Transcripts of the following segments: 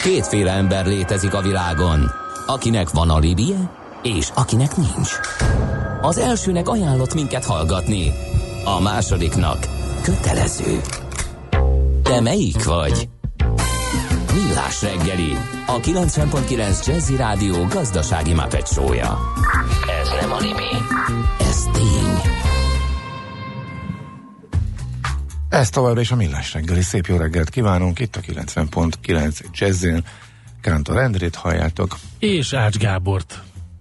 Kétféle ember létezik a világon, akinek van alibije, és akinek nincs. Az elsőnek ajánlott minket hallgatni, a másodiknak kötelező. Te melyik vagy? Millás reggeli, a 90.9 Jazzy Rádió gazdasági Muppet show-ja. Ez nem anime, ez tény. Ez továbbra is a Millás reggeli. Szép jó reggelt kívánunk itt a 90.9 Jazzin. Kántor Endrét halljátok. És Ács Gábort.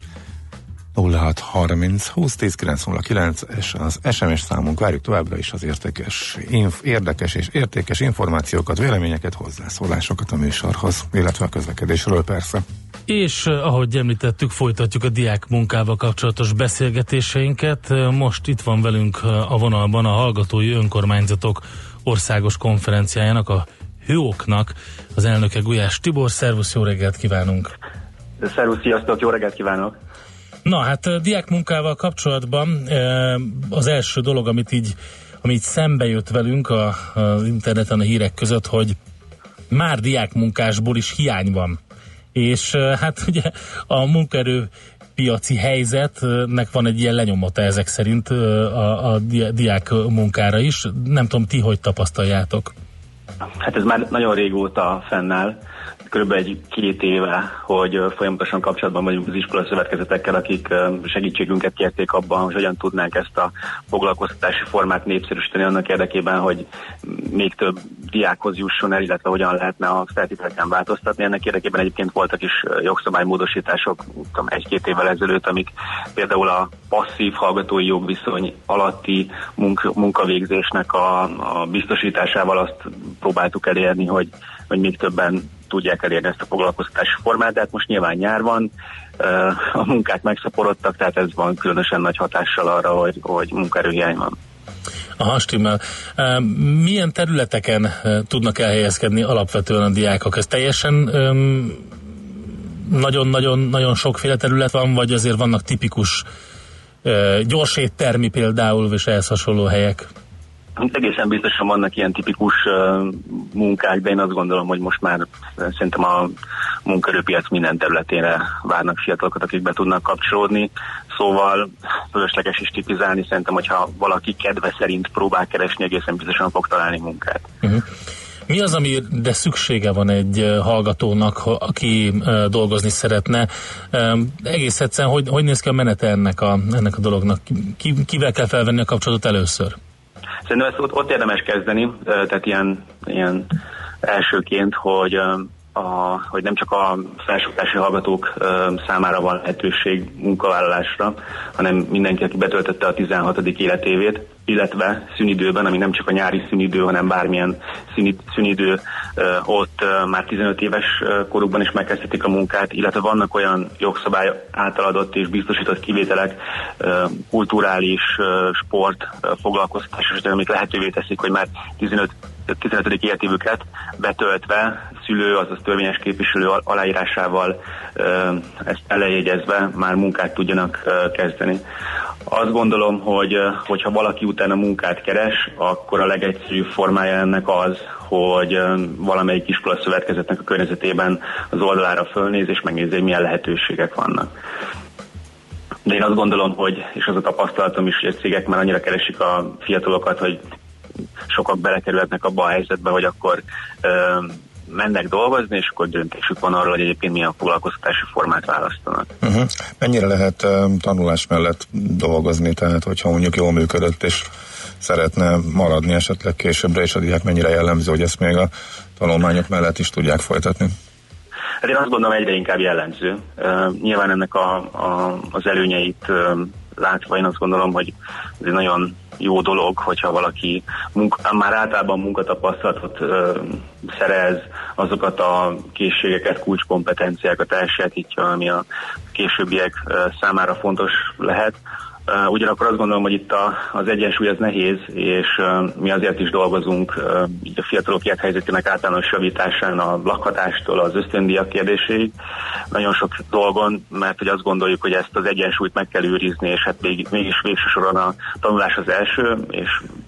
0630 20 10 909 és az SMS számunk. Várjuk továbbra is az érdekes és értékes információkat, véleményeket, hozzászólásokat a műsorhoz, illetve a közlekedésről persze. És ahogy említettük, folytatjuk a diák munkával kapcsolatos beszélgetéseinket. Most itt van velünk a vonalban a Hallgatói Önkormányzatok Országos Konferenciájának, a HÖOK-nak az elnöke, Gulyás Tibor. Szervusz, jó reggelt kívánunk! Szervusz, sziasztok, jó reggelt kívánok! Na hát diák munkával kapcsolatban az első dolog, amit így szembe jött velünk az interneten a hírek között, hogy már diákmunkásból is hiány van. És hát ugye a munkaerőpiaci helyzetnek van egy ilyen lenyomata ezek szerint a diák munkára is. Nem tudom, ti hogy tapasztaljátok? Hát ez már nagyon régóta fennáll. Körülbelül 2 éve, hogy folyamatosan kapcsolatban vagyunk az iskolaszövetkezetekkel, akik segítségünket kérték abban, hogy hogyan tudnánk ezt a foglalkoztatási formát népszerűsíteni annak érdekében, hogy még több diákhoz jusson el, illetve hogyan lehetne a feltételeken változtatni. Ennek érdekében egyébként voltak is jogszabálymódosítások 1-2 évvel ezelőtt, amik például a passzív hallgatói jogviszony alatti munkavégzésnek a biztosításával azt próbáltuk elérni, hogy még többen tudják elérni ezt a foglalkoztatási formát, de hát most nyilván nyár van, a munkák megszaporodtak, tehát ez van különösen nagy hatással arra, hogy munkaerőhiány van. Aha, stimmel. Milyen területeken tudnak elhelyezkedni alapvetően a diákok? Ez teljesen nagyon sokféle terület van, vagy azért vannak tipikus gyors éttermi például, és ehhez hasonló helyek? Egészen biztosan vannak ilyen tipikus munkák, de én azt gondolom, hogy most már szerintem a munkaerőpiac minden területére várnak fiatalokat, akik be tudnak kapcsolódni. Szóval fölösleges is tipizálni, szerintem, hogyha valaki kedve szerint próbál keresni, egészen biztosan fog találni munkát. Mi az, amire szüksége van egy hallgatónak, aki dolgozni szeretne? Egész egyszerűen, hogy néz ki a menete ennek a dolognak? Kivel kell felvenni a kapcsolatot először? Szerintem ezt ott érdemes kezdeni, tehát ilyen elsőként, hogy nem csak a felsőoktatási hallgatók számára van lehetőség munkavállalásra, hanem mindenki, aki betöltötte a 16. életévét, illetve szünidőben, ami nem csak a nyári szünidő, hanem bármilyen szünidő, ott már 15 éves korukban is megkezdhetik a munkát, illetve vannak olyan jogszabály által adott és biztosított kivételek, kulturális, sport, foglalkoztatás, amik lehetővé teszik, hogy már 15. életévüket betöltve szülő, azaz törvényes képviselő aláírásával ezt elejegyezve már munkát tudjanak kezdeni. Azt gondolom, hogy ha valaki utána munkát keres, akkor a legegyszerűbb formája ennek az, hogy valamelyik iskolaszövetkezetnek a környezetében az oldalára fölnéz és megnézi, hogy milyen lehetőségek vannak. De én azt gondolom, és az a tapasztalatom is, hogy a cégek már annyira keresik a fiatalokat, hogy sokak belekerülhetnek abba a helyzetbe, hogy akkor mennek dolgozni, és akkor döntésük van arról, hogy egyébként milyen foglalkoztatási formát választanak. Mennyire lehet tanulás mellett dolgozni, tehát hogyha mondjuk jól működött, és szeretne maradni esetleg későbbre, és a diák mennyire jellemző, hogy ezt még a tanulmányok mellett is tudják folytatni? Hát én azt gondolom, egyre inkább jellemző. Nyilván ennek az előnyeit látva én azt gondolom, hogy ez egy nagyon jó dolog, hogyha valaki már általában munkatapasztalatot szerez, azokat a készségeket, kulcskompetenciákat elsajátítja, ami a későbbiek számára fontos lehet. Ugyanakkor azt gondolom, hogy itt az egyensúly az nehéz, és mi azért is dolgozunk így a fiatalok élethelyzetének általános javításán, a lakhatástól az ösztöndíjak kérdéséig. Nagyon sok dolgon, mert hogy azt gondoljuk, hogy ezt az egyensúlyt meg kell őrizni, és hát mégis végső soron a tanulás az első, és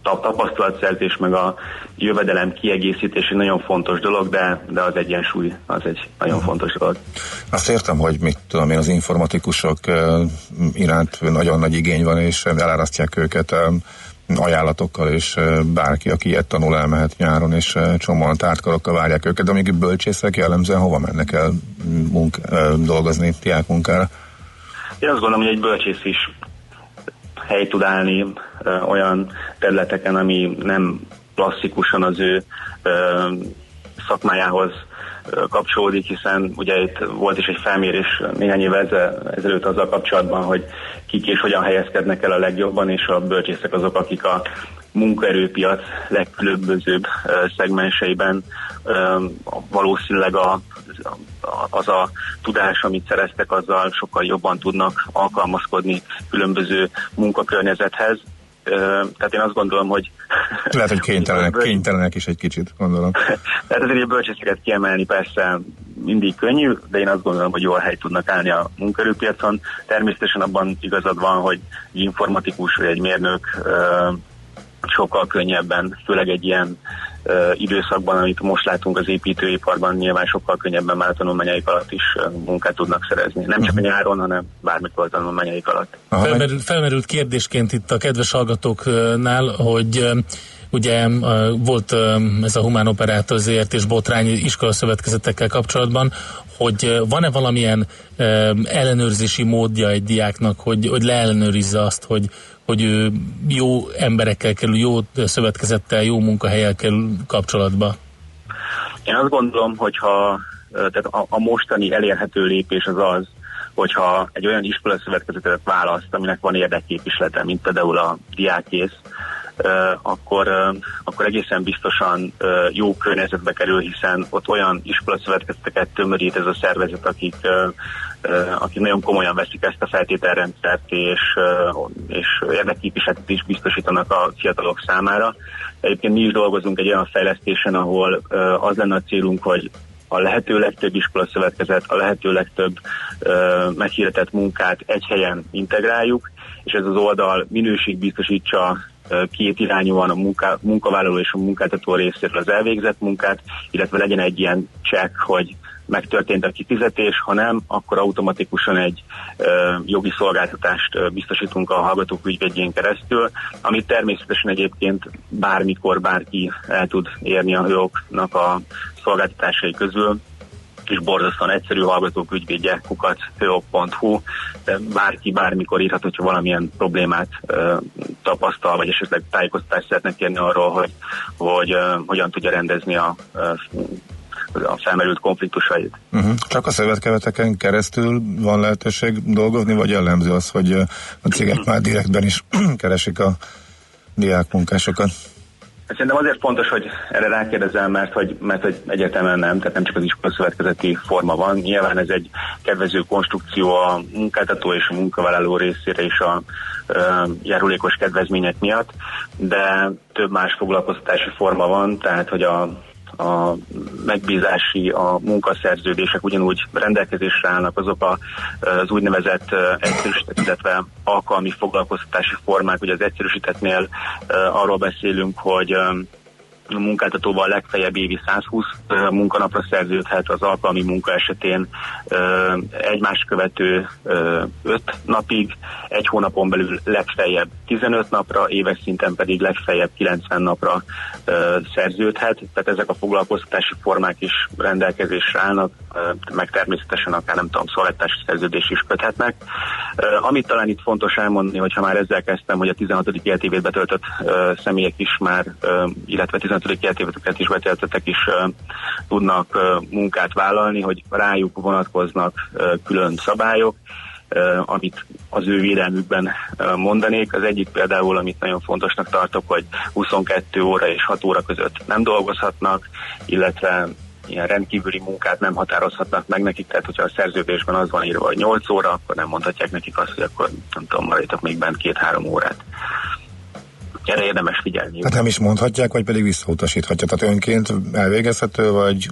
tapasztalatszerzés meg a jövedelem kiegészítés egy nagyon fontos dolog, de az egyensúly az egy nagyon fontos dolog. Azt értem, hogy mit tudom én, az informatikusok iránt nagyon nagy igény van, és elárasztják őket ajánlatokkal, és bárki, aki ilyet tanul, elmehet nyáron, és csomóan tártkarokkal várják őket, de amíg bölcsészek jellemzően hova mennek el dolgozni diákmunkára? Én azt gondolom, hogy egy bölcsész is hely tud állni olyan területeken, ami nem klasszikusan az ő szakmájához kapcsolódik, hiszen ugye itt volt is egy felmérés néhány évvel ezelőtt azzal kapcsolatban, hogy kik és hogyan helyezkednek el a legjobban, és a bölcsészek azok, akik a munkaerőpiac legkülönbözőbb szegmenseiben valószínűleg az a tudás, amit szereztek, azzal sokkal jobban tudnak alkalmazkodni különböző munkakörnyezethez. Tehát én azt gondolom, hogy... Lehet, hogy kénytelenek is egy kicsit, gondolom. Tehát azért a bölcsészeket kiemelni persze mindig könnyű, de én azt gondolom, hogy jól hely tudnak állni a munkaerőpiacon. Természetesen abban igazad van, hogy egy informatikus vagy egy mérnök sokkal könnyebben, főleg egy ilyen időszakban, amit most látunk az építőiparban, nyilván sokkal könnyebben már a tanulmányaik alatt is munkát tudnak szerezni. Nem csak a nyáron, hanem bármikor a tanulmányaik alatt. Felmerült kérdésként itt a kedves hallgatóknál, hogy ugye volt ez a Humán Operátor ZRT és botrány iskolaszövetkezetekkel kapcsolatban, hogy van-e valamilyen ellenőrzési módja egy diáknak, hogy leellenőrizze azt, hogy ő jó emberekkel kerül, jó szövetkezettel, jó munkahellyel kerül kapcsolatba? Én azt gondolom, hogyha tehát a mostani elérhető lépés az, hogyha egy olyan iskolaszövetkezetet választ, aminek van érdekképviselete, mint például a diákész, akkor egészen biztosan jó környezetbe kerül, hiszen ott olyan iskolaszövetkezeteket tömörít ez a szervezet, akik nagyon komolyan veszik ezt a feltételrendszert, és érdekképviseletet is biztosítanak a fiatalok számára. Egyébként mi is dolgozunk egy olyan fejlesztésen, ahol az lenne a célunk, hogy a lehető legtöbb iskolaszövetkezet, a lehető legtöbb meghirdetett munkát egy helyen integráljuk, és ez az oldal biztosítsa két irányúan a munkavállaló és a munkáltató részéről az elvégzett munkát, illetve legyen egy ilyen check, hogy megtörtént a kifizetés, ha nem, akkor automatikusan egy jogi szolgáltatást biztosítunk a hallgatók ügyvédjén keresztül, amit természetesen egyébként bármikor bárki el tud érni a HÖOK-nak a szolgáltatásai közül, és borzasztóan egyszerű, hallgatók ügyvédje @höok.hu, de bárki bármikor írhat, hogyha valamilyen problémát tapasztal, vagy esetleg tájékoztatást szeretne kérni arról, hogy hogyan tudja rendezni a felmerült konfliktusait. Csak a szövetkezeteken keresztül van lehetőség dolgozni, vagy jellemző az, hogy a cégek már direktben is keresik a diákmunkásokat? Szerintem azért fontos, hogy erre rákérdezel, mert hogy egyértelműen nem, tehát nem csak az iskolaszövetkezeti forma van. Nyilván ez egy kedvező konstrukció a munkáltató és a munkavállaló részére is a járulékos kedvezmények miatt, de több más foglalkoztatási forma van, tehát hogy a megbízási, a munkaszerződések ugyanúgy rendelkezésre állnak, azok az úgynevezett egyszerűsített, illetve alkalmi foglalkoztatási formák. Ugye az egyszerűsítettnél arról beszélünk, hogy a munkáltatóval legfeljebb évi 120 munkanapra szerződhet, az alkalmi munka esetén egymást követő 5 napig, egy hónapon belül legfeljebb 15 napra, éves szinten pedig legfeljebb 90 napra szerződhet. Tehát ezek a foglalkoztatási formák is rendelkezésre állnak, meg természetesen akár nem tudom, szolgáltatási szerződés is köthetnek. Amit talán itt fontos elmondani, hogyha már ezzel kezdtem, hogy a 16. életévét betöltött személyek is már, illetve 15. életéveteket is betöltöttek is tudnak munkát vállalni, hogy rájuk vonatkoznak külön szabályok, amit az ő védelmükben mondanék. Az egyik például, amit nagyon fontosnak tartok, hogy 22 óra és 6 óra között nem dolgozhatnak, illetve ilyen rendkívüli munkát nem határozhatnak meg nekik, tehát hogyha a szerződésben az van írva, hogy 8 óra, akkor nem mondhatják nekik azt, hogy akkor nem tudom, maradjatok még bent 2-3 órát. Erre érdemes figyelni. Hát nem is mondhatják, vagy pedig visszautasíthatja. Tehát önként elvégezhető, vagy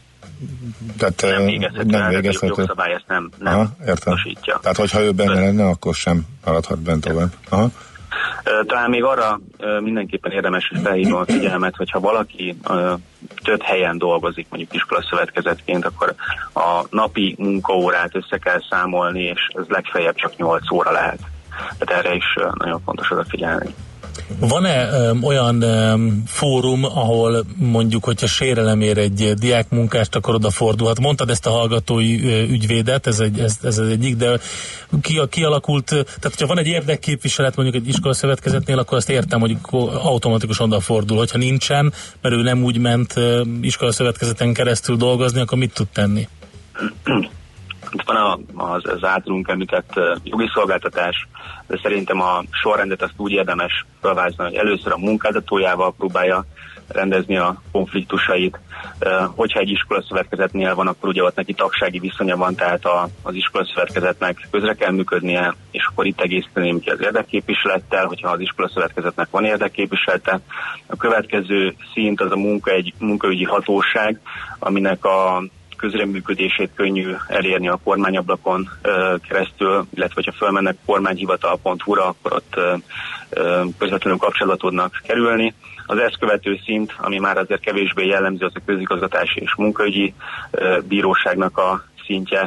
tehát nem végezhető. A jogszabály ezt nem utasítja. Tehát, hogyha ő benne lenne, akkor sem maradhat bent tovább. Aha. Talán még arra mindenképpen érdemes, hogy felhívom a figyelmet, hogyha valaki több helyen dolgozik, mondjuk iskolaszövetkezetként, akkor a napi munkaórát össze kell számolni, és ez legfeljebb csak 8 óra lehet. Tehát erre is nagyon fontos odafigyelni. Van-e olyan fórum, ahol mondjuk, hogyha sérelem ér egy diákmunkást, akkor odafordulhat? Mondtad ezt a hallgatói ügyvédet, ez egyik, de kialakult, tehát hogyha van egy érdekképviselet mondjuk egy iskolaszövetkezetnél, akkor azt értem, hogy automatikusan odafordul. Hogyha nincsen, mert ő nem úgy ment iskolaszövetkezeten keresztül dolgozni, akkor mit tud tenni? Itt van az általunk említett jogi szolgáltatás, de szerintem a sorrendet azt úgy érdemes felvázolni, hogy először a munkáltatójával próbálja rendezni a konfliktusait. Hogyha egy iskolaszövetkezetnél van, akkor ugye ott neki tagsági viszonya van, tehát az iskolaszövetkezetnek közre kell működnie, és akkor itt egészíteném ki az érdekképviselettel, hogyha az iskolaszövetkezetnek van érdekképviselete. A következő szint az egy munkaügyi hatóság, aminek a közreműködését könnyű elérni a kormányablakon keresztül, illetve hogyha fölmennek kormányhivatal.hu-ra, akkor ott közvetlenül kapcsolatba tudnak kerülni. Az ezt követő szint, ami már azért kevésbé jellemző, az a közigazgatási és munkaügyi bíróságnak a szintje,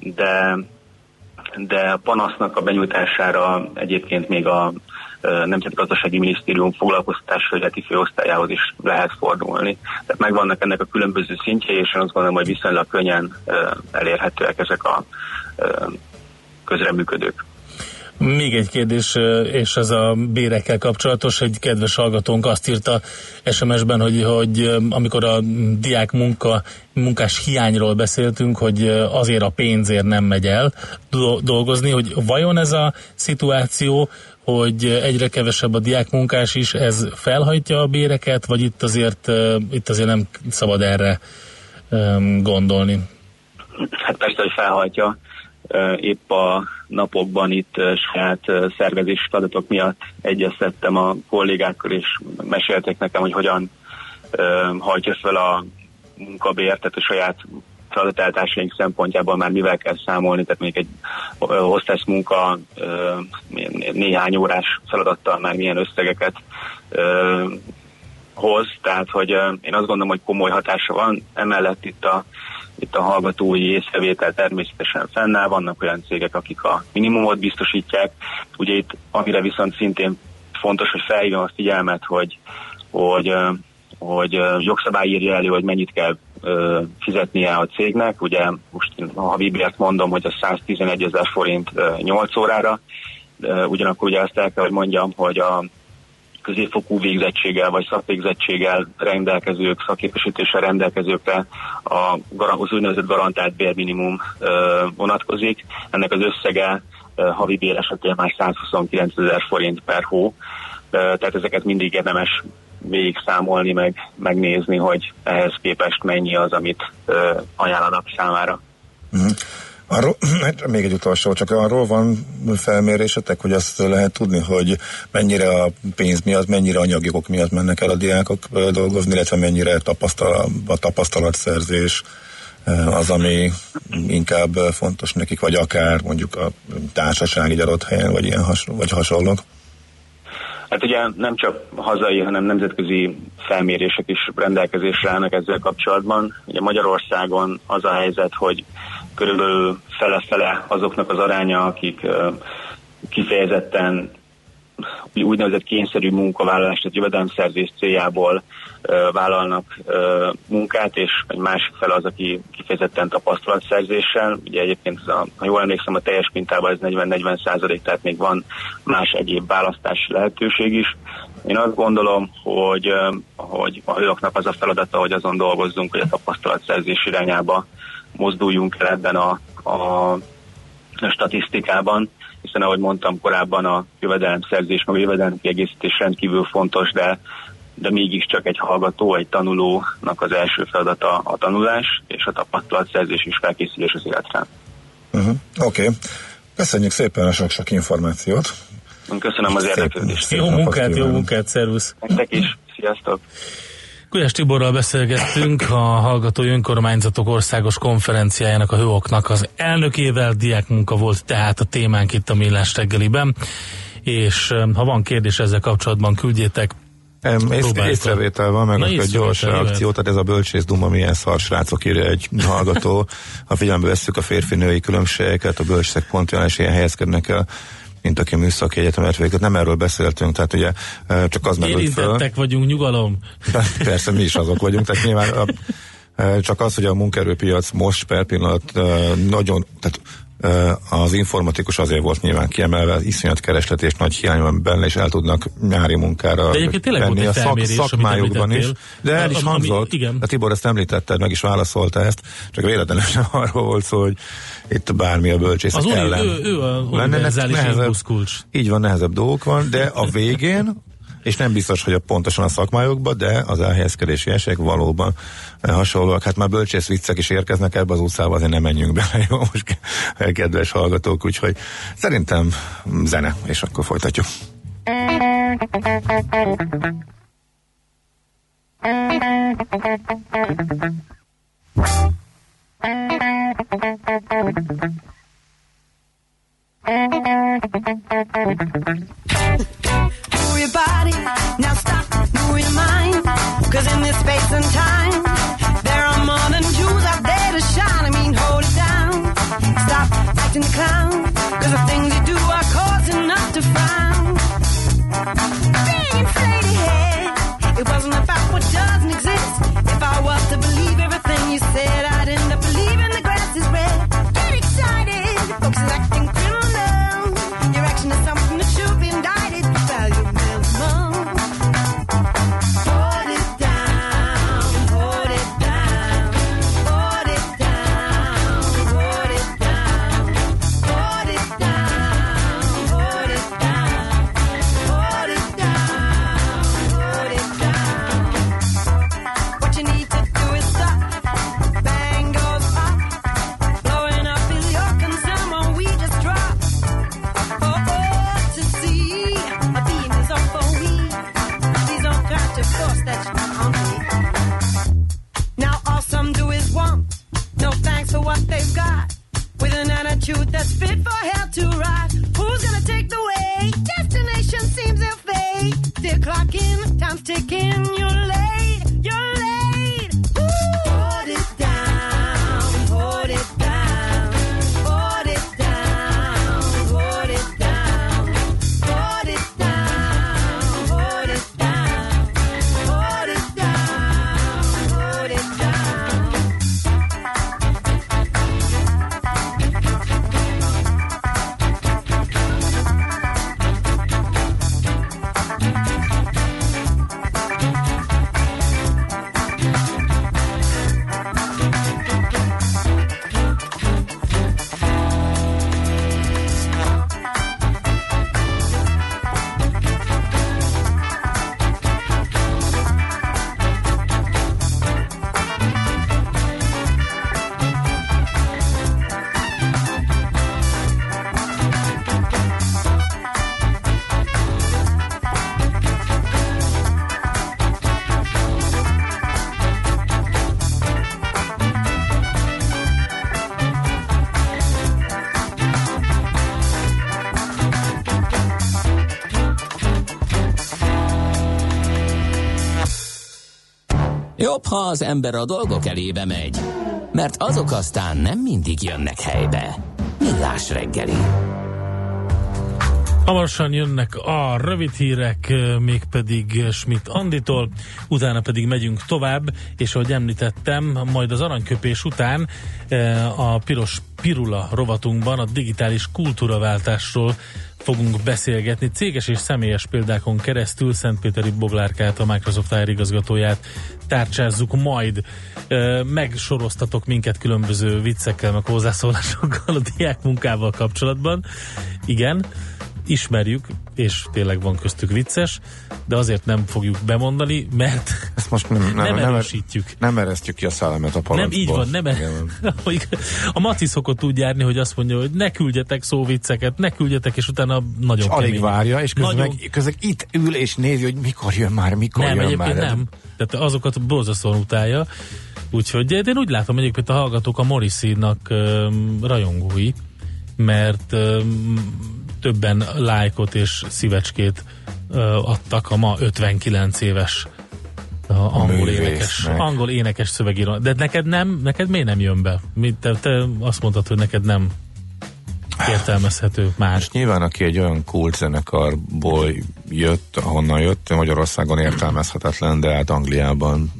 de panasznak a benyújtására egyébként még a Nemzetgazdasági Minisztérium foglalkoztatásügyeleti főosztályához is lehet fordulni. Tehát megvannak ennek a különböző szintjei, és én azt gondolom, hogy viszonylag könnyen elérhetőek ezek a közreműködők. Még egy kérdés, és ez a bérekkel kapcsolatos. Egy kedves hallgatónk azt írta SMS-ben, hogy amikor a munkás hiányról beszéltünk, hogy azért a pénzért nem megy el dolgozni, hogy vajon ez a szituáció, hogy egyre kevesebb a diákmunkás is, ez felhajtja a béreket, vagy itt azért nem szabad erre gondolni? Hát persze, hogy felhajtja. Épp a napokban itt saját szervezési feladatok miatt egyeztettem a kollégákkal, és mesélték nekem, hogy hogyan hajtja fel a munkabért, tehát a saját feladatellátásunk szempontjából már mivel kell számolni, tehát mondjuk egy hostess munka néhány órás feladattal már milyen összegeket hoz, tehát hogy én azt gondolom, hogy komoly hatása van, emellett itt a hallgatói észrevétel természetesen fennáll, vannak olyan cégek, akik a minimumot biztosítják. Ugye itt, amire viszont szintén fontos, hogy felhívjam a figyelmet, hogy jogszabály írja elő, hogy mennyit kell fizetnie a cégnek. Ugye most a havi bért mondom, hogy a 111 000 forint 8 órára. Ugyanakkor ugye azt el kell, hogy mondjam, hogy a középfokú végzettséggel vagy szakvégzettséggel rendelkezők, szakképesítéssel rendelkezőkre az úgynevezett garantált bérminimum vonatkozik. Ennek az összege havi bér esetén már 129 000 forint per hó. Tehát ezeket mindig érdemes végig számolni, megnézni, hogy ehhez képest mennyi az, amit ajánlanak számára. Hát még egy utolsó, csak arról van felmérésetek, hogy azt lehet tudni, hogy mennyire a pénz miatt, mennyire anyagi okok miatt mennek el a diákok dolgozni, illetve mennyire a tapasztalatszerzés az, ami inkább fontos nekik, vagy akár mondjuk a társaság egy adott helyen, vagy ilyen vagy hasonlók? Hát ugye nem csak hazai, hanem nemzetközi felmérések is rendelkezésre állnak ezzel kapcsolatban. Ugye Magyarországon az a helyzet, hogy körülbelül fele-fele azoknak az aránya, akik kifejezetten úgynevezett kényszerű munkavállalást, tehát jövedelemszerzés céljából vállalnak munkát, és egy másik fele az, aki kifejezetten tapasztalatszerzéssel. Ugye egyébként, ha jól emlékszem, a teljes mintában ez 40-40%, tehát még van más egyéb választási lehetőség is. Én azt gondolom, hogy a hőoknak az a feladata, hogy azon dolgozzunk, hogy a tapasztalatszerzés irányába mozduljunk el ebben a statisztikában, hiszen ahogy mondtam korábban, a jövedelemszerzés, meg a jövedelemkiegészítés rendkívül fontos, de mégiscsak egy hallgató, egy tanulónak az első feladata a tanulás, és a tapasztalatszerzés és felkészülés az életre. Oké. Köszönjük szépen a sok-sok információt. Köszönöm az érdeklődést. Jó munkát, szervusz! Nektek is, sziasztok! Gulyás Tiborral beszélgettünk, a Hallgatói Önkormányzatok Országos Konferenciájának, a HÖOK-nak az elnökével. Diákmunka volt tehát a témánk itt a Millás reggeliben, és ha van kérdés ezzel kapcsolatban, küldjétek. Észrevétel van, meg akkor gyors reakció, tehát ez a bölcsész-duma milyen szar, srácok, írja egy hallgató. Ha figyelembe vesszük a férfi-női különbségeket, a bölcsészek pont olyan esélyen helyezkednek el, mint aki műszaki egyetemet végzett. Nem erről beszéltünk, tehát ugye csak az merült föl. Érintettek vagyunk, nyugalom. Persze, mi is azok vagyunk, tehát nyilván csak az, hogy a munkaerőpiac most per pillanat nagyon, tehát az informatikus azért volt nyilván kiemelve, iszonyat kereslet és nagy hiány van benne, és el tudnak nyári munkára venni a szakmájukban is. De el is hangzott, de Tibor, ezt említetted, meg is válaszolta ezt, csak véletlenül sem arról volt szó, hogy itt bármi a bölcsészek ellen. Ő a univerzális impulszkulcs. Így van, nehezebb dolgok van, de a végén, és nem biztos, hogy pontosan a szakmájukban, de az elhelyezkedési esélyek valóban hasonlóak. Hát már bölcsész viccek is érkeznek ebbe az utcába, azért nem menjünk bele, jó, most kedves hallgatók, úgyhogy szerintem zene, és akkor folytatjuk. Move your body, now stop, move your mind. Cause in this space and time, there are more than Jews out there to shine. I mean, hold it down, stop acting the clown. Cause the things you do are causing us to frown. Being inflated head, it wasn't about what doesn't exist. If I was to believe everything you said, I'd end up believing the grass is red. Get excited, folks is acting criminal. Your action is something that should be indicted. Value minimum. Hold it down, hold it down, hold it down, hold it down, hold it down, hold it down, hold it down, hold it down. What you need to do is stop. Bang goes up. Blowing up is your concern while we just drop. To see a beam is off for we. Please don't try to force that on me. Now all some do is want. No thanks for what they've got. With an attitude that's fit for hell to ride. Who's gonna take the way? Destination seems their fate. They're clocking, time's ticking. You're late, you're late. Ooh. Hold it down, hold it down, hold it down, hold it down. Hold it down, hold it down, hold it down, hold it down. Jobb, ha az ember a dolgok elébe megy, mert azok aztán nem mindig jönnek helybe. Millás reggeli. Hamarosan jönnek a rövid hírek, mégpedig Schmidt Anditól, utána pedig megyünk tovább, és ahogy említettem, majd az aranyköpés után a Piros Pirula rovatunkban a digitális kultúraváltásról fogunk beszélgetni. Céges és személyes példákon keresztül Szentpéteri Boglárkát, a Microsoft HR igazgatóját tárcsázzuk majd. Megsoroztatok minket különböző viccekkel, meg hozzászólásokkal a diákmunkával kapcsolatban. Igen, ismerjük, és tényleg van köztük vicces, de azért nem fogjuk bemondani, mert ezt most nem erősítjük. Nem eresztjük ki a szellemet a palacból. Nem, így van, nem a Maci szokott úgy járni, hogy azt mondja, hogy ne küldjetek szóvicceket, ne küldjetek, és utána nagyon kemény. Alig várja, és közben itt ül és nézi, hogy mikor jön már. Nem. Tehát azokat borzasztóan utálja. Úgyhogy de én úgy látom, egyébként a hallgatók a Morrissey-nak rajongói, mert többen lájkot és szívecskét adtak a ma 59 éves angol énekes szövegíró. De neked miért nem jön be? Te azt mondtad, hogy neked nem értelmezhető már. És nyilván, aki egy olyan kult zenekarból jött, ahonnan jött, Magyarországon értelmezhetetlen, de hát Angliában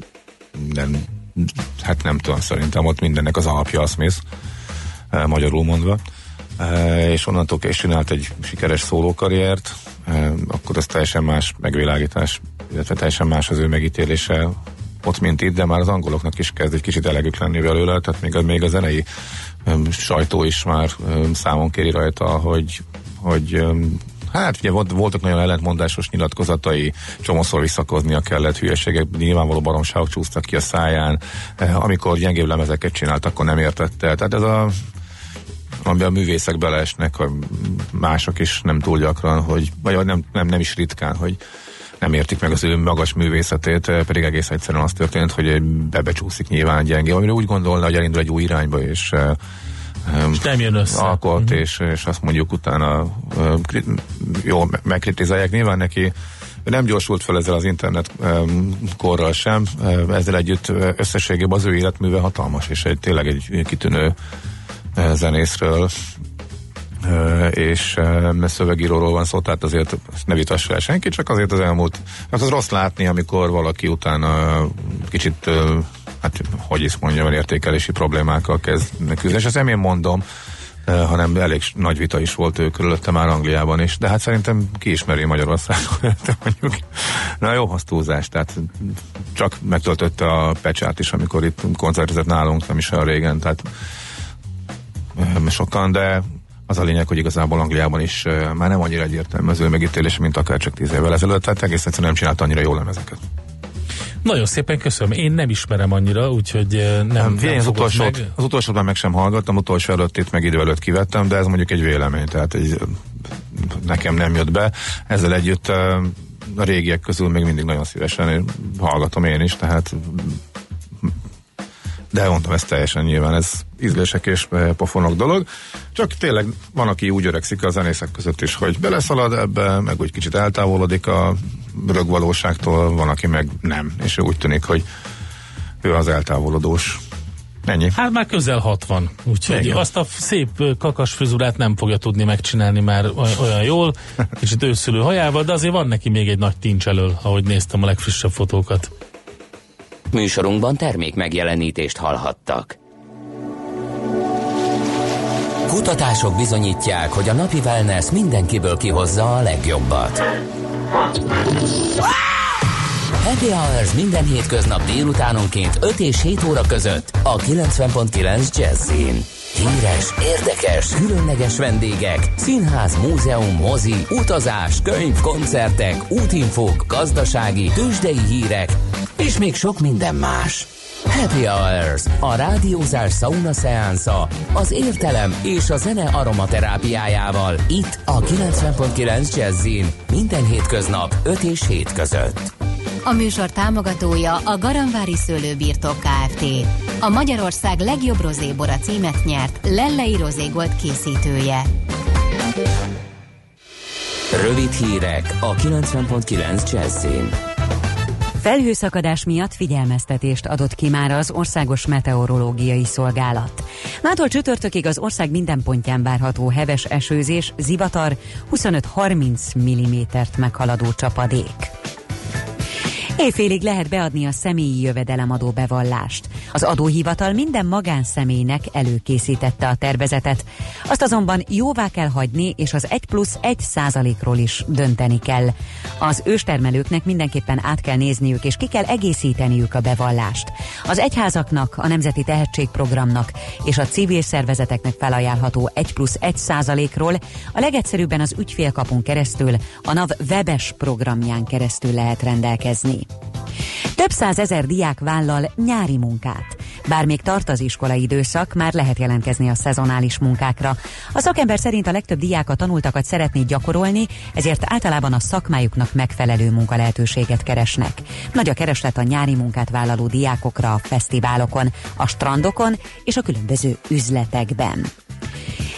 nem tudom, szerintem ott mindennek az alapja a Smith, magyarul mondva. És onnantól és csinált egy sikeres szólókarriert, akkor ez teljesen más megvilágítás, illetve teljesen más az ő megítélése ott, mint itt, de már az angoloknak is kezd egy kicsit elegük lenni belőle, tehát még a zenei sajtó is már számon kéri rajta, hogy hát ugye voltak nagyon ellentmondásos nyilatkozatai, csomószor visszakoznia kellett, hülyeségek, nyilvánvaló baromságok csúsztak ki a száján, amikor gyengébb lemezeket csinált, akkor nem értette. Tehát ez amiben a művészek beleesnek, mások is nem túl gyakran, vagy nem is ritkán, hogy nem értik meg az ő magas művészetét, pedig egész egyszerűen az történt, hogy becsúszik nyilván gyenge, amire úgy gondolna, hogy elindul egy új irányba, és nem jön össze. Alkot, és azt mondjuk utána jól megkritizálják. Nyilván neki nem gyorsult fel ezzel az internet korral sem, ezzel együtt összességében az ő életműve hatalmas, és tényleg egy kitűnő zenészről és szövegíróról van szó, tehát azért ne vitassa el senki, csak azért az elmúlt, az rossz látni, amikor valaki utána kicsit, hát hogy is mondjam, értékelési problémákkal kezd küzdeni, és ezt nem én mondom, hanem elég nagy vita is volt ő körülötte már Angliában is, de hát szerintem ki ismeri Magyarországon, mondjuk. Na jó, az túlzás, tehát csak megtöltötte a pecsát is, amikor itt koncertezett nálunk, nem is olyan régen, tehát sokan, de az a lényeg, hogy igazából Angliában is már nem annyira egyértelmű az ő megítélése, mint akár csak 10 évvel ezelőtt, tehát egész egyszerűen nem csinált annyira jó lemezeket. Nagyon szépen köszönöm. Én nem ismerem annyira, úgyhogy nem az utolsóban meg sem hallgattam, utolsó előtt itt meg idő előtt kivettem, de ez mondjuk egy vélemény, tehát nekem nem jött be. Ezzel együtt a régiek közül még mindig nagyon szívesen hallgatom én is, tehát de mondtam, ez teljesen nyilván, ez ízlések és pofonok dolog. Csak tényleg van, aki úgy öregszik a zenészek között is, hogy beleszalad ebbe, meg úgy kicsit eltávolodik a rögvalóságtól, van, aki meg nem. És úgy tűnik, hogy ő az eltávolodós. Ennyi. Hát már közel 60, úgyhogy azt a szép kakas frizurát nem fogja tudni megcsinálni már olyan jól, kicsit őszülő hajával, de azért van neki még egy nagy tincs elől, ahogy néztem a legfrissebb fotókat. Műsorunkban termék megjelenítést hallhattak. Kutatások bizonyítják, hogy a napi wellness mindenkiből kihozza a legjobbat. Happy Hours minden hétköznap délutánonként 5 és 7 óra között a 90.9 Jazzin. Híres, érdekes, különleges vendégek, színház, múzeum, mozi, utazás, könyv, koncertek, útinfók, gazdasági, tőzsdei hírek, és még sok minden más. Happy Hours, a rádiózás sauna szeánsza, az értelem és a zene aromaterápiájával, itt a 90.9 Jazzin, minden hétköznap 5 és 7 között. A műsor támogatója a Garamvári Szőlőbirtok Kft. A Magyarország legjobb rozébora címet nyert Lellei Rozégold készítője. Rövid hírek a 90.9 Jazzin. Felhőszakadás miatt figyelmeztetést adott ki már az Országos Meteorológiai Szolgálat. Mától csütörtökig az ország minden pontján várható heves esőzés, zivatar, 25-30 mm-t meghaladó csapadék. Éjfélig lehet beadni a személyi jövedelemadó bevallást. Az adóhivatal minden magánszemélynek előkészítette a tervezetet. Azt azonban jóvá kell hagyni, és az 1+1%-ról is dönteni kell. Az őstermelőknek mindenképpen át kell nézniük, és ki kell egészíteniük a bevallást. Az egyházaknak, a Nemzeti Tehetségprogramnak és a civil szervezeteknek felajánlható 1+1%-ról a legegyszerűbben az ügyfélkapun keresztül, a NAV webes programján keresztül lehet rendelkezni. Több százezer diák vállal nyári munkát. Bár még tart az iskolai időszak, már lehet jelentkezni a szezonális munkákra. A szakember szerint a legtöbb diák a tanultakat szeretné gyakorolni, ezért általában a szakmájuknak megfelelő munkalehetőséget keresnek. Nagy a kereslet a nyári munkát vállaló diákokra a fesztiválokon, a strandokon és a különböző üzletekben.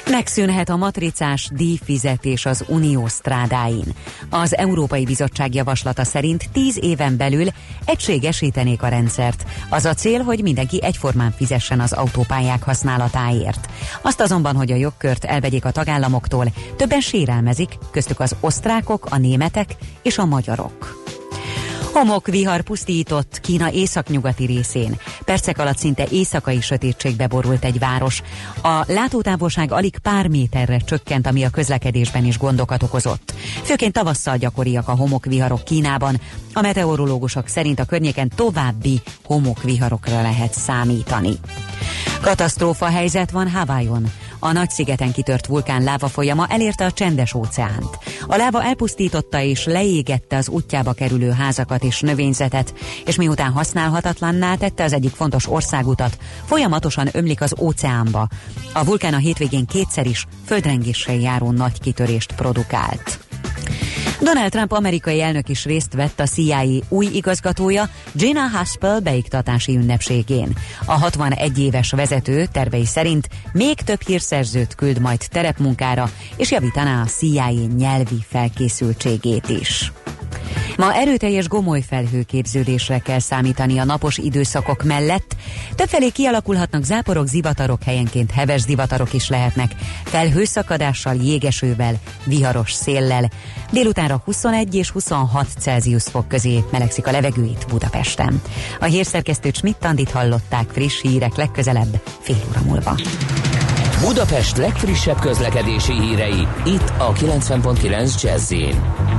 Megszűnhet a matricás díjfizetés az unió strádáin. Az Európai Bizottság javaslata szerint 10 éven belül egységesítenék a rendszert. Az a cél, hogy mindenki egyformán fizessen az autópályák használatáért. Azt azonban, hogy a jogkört elvegyék a tagállamoktól, többen sérelmezik, köztük az osztrákok, a németek és a magyarok. Homokvihar pusztított Kína északnyugati részén. Percek alatt szinte éjszakai sötétségbe borult egy város. A látótávolság alig pár méterre csökkent, ami a közlekedésben is gondokat okozott. Főként tavasszal gyakoriak a homokviharok Kínában. A meteorológusok szerint a környéken további homokviharokra lehet számítani. Katasztrófa helyzet van Hawaiion. A Nagy-szigeten kitört vulkán lávafolyama elérte a Csendes-óceánt. A láva elpusztította és leégette az útjába kerülő házakat és növényzetet, és miután használhatatlanná tette az egyik fontos országutat, folyamatosan ömlik az óceánba. A vulkán a hétvégén kétszer is földrengéssel járó nagy kitörést produkált. Donald Trump amerikai elnök is részt vett a CIA új igazgatója Gina Haspel beiktatási ünnepségén. A 61 éves vezető tervei szerint még több hírszerzőt küld majd terepmunkára, és javítaná a CIA nyelvi felkészültségét is. Ma erőteljes gomolyfelhőképződésre kell számítani a napos időszakok mellett. Többfelé kialakulhatnak záporok, zivatarok, helyenként heves zivatarok is lehetnek. Felhőszakadással, jégesővel, viharos széllel. Délutánra 21 és 26 Celsius fok közé melegszik a levegő itt Budapesten. A hírszerkesztőt Schmidt-Andit hallották, friss hírek legközelebb fél óra múlva. Budapest legfrissebb közlekedési hírei itt a 90.9 Jazz-in.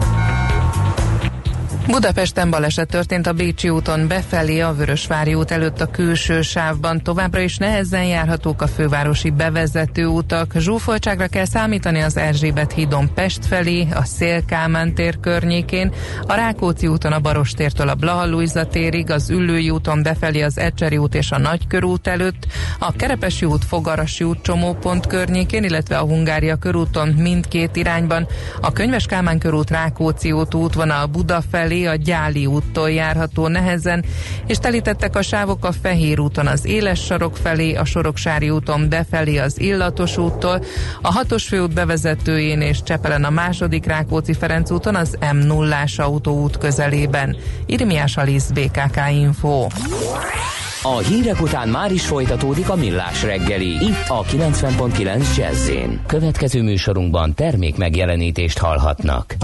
Budapesten baleset történt a Bécsi úton befelé a Vörösvári út előtt a külső sávban. Továbbra is nehezen járhatók a fővárosi bevezető utak. Zsúfoltságra kell számítani az Erzsébet hídon Pest felé, a Széll-Kálmán tér környékén, a Rákóczi úton a Barostértől a Blaha Lujza térig, az Üllői úton befelé az Ecseri út és a Nagykörút előtt, a Kerepesi út Fogarasi út csomópont környékén, illetve a Hungária körúton mindkét irányban, a Könyves Kálmán körút Rákóczi út útvonal Buda felé, a Gyáli úttól járható nehezen, és telítettek a sávok a Fehér úton az Éles sarok felé, a Soroksári úton befelé az Illatos úttól, a 6-os főút bevezetőjén és Csepelen a második Rákóczi-Ferenc úton az M0-ás autóút közelében. Irmiás Alisz, BKK Info. A hírek után már is folytatódik a Millás reggeli, itt a 90.9 Jazz-én. Következő műsorunkban termék megjelenítést hallhatnak.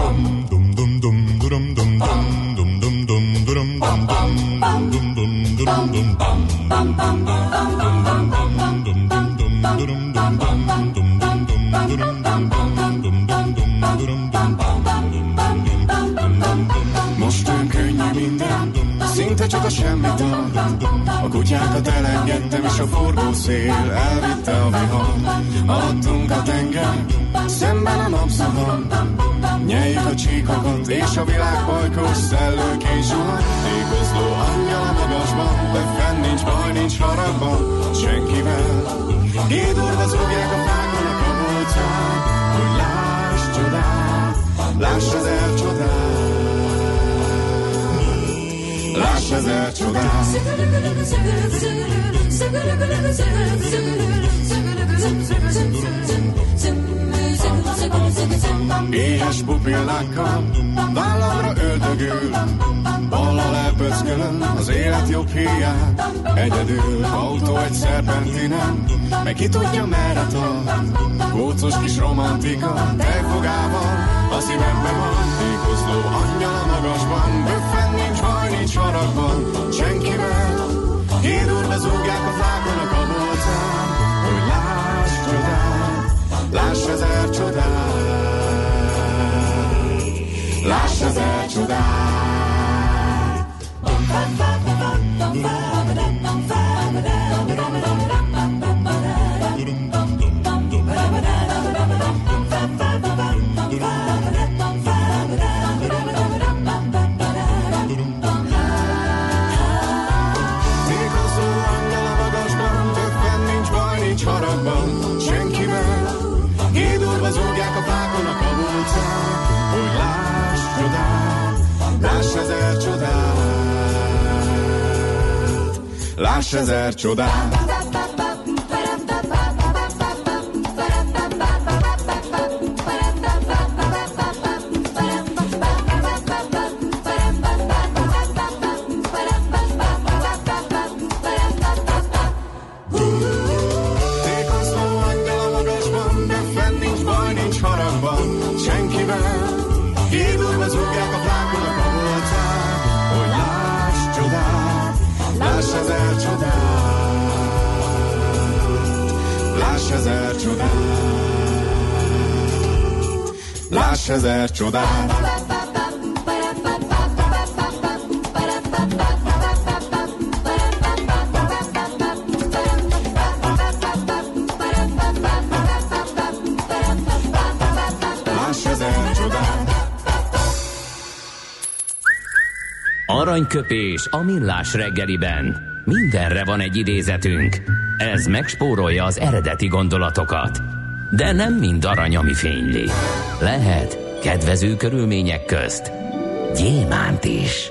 Most olyan könnyű minden, szinte csak a semmit ad. A kutyákat elengedtem, és a forgószél elvitte a vihar. Alattunk a tenger, szemben a napszahar. Nyeljük a csíkokat, és a világ pajkos szellőként zsuhar. Ékozló angyal a magasban, de fenn nincs baj, nincs haragban senkivel. Gédorva zúgják a fákon a kabolcán, hogy láss csodát, láss ezer csodát. Láss ezer csodát. Éhes pupillákkal vállamra öldögül, ballal elpöckölöm az élet jobb híját. Egyedül autó egy szerpentinen, meg ki tudja merre tart. Kócos kis romantika tejfogával a szívemben van. Ékozló angyal a magasban, böffen nincs baj, nincs haragban senkivel. Hídurva zúgják a fákon a kabolcán, hogy láss csodát, láss ezer csodát, láss ezer csodát. Zúgják a fákon a kabolcán, hogy láss csodát, láss ezer csodát, láss ezer csodát. ezer csodát, láss ezer csodát. Aranyköpés a millás reggeliben. Mindenre van egy idézetünk. Ez megspórolja az eredeti gondolatokat. De nem mind arany, ami fényli. Lehet kedvező körülmények közt gyémánt is.